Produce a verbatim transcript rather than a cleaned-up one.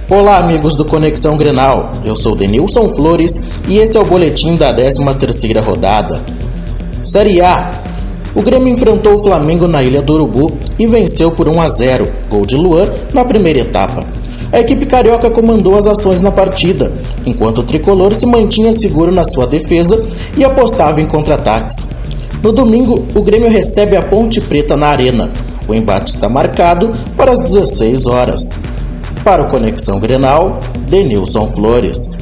Olá, amigos do Conexão Grenal, eu sou Denilson Flores e esse é o boletim da décima terceira rodada. Série A. O Grêmio enfrentou o Flamengo na Ilha do Urubu e venceu por um a zero, gol de Luan na primeira etapa. A equipe carioca comandou as ações na partida, enquanto o tricolor se mantinha seguro na sua defesa e apostava em contra-ataques. No domingo, o Grêmio recebe a Ponte Preta na Arena. O embate está marcado para as dezesseis horas. Para o Conexão Grenal, Denilson Flores.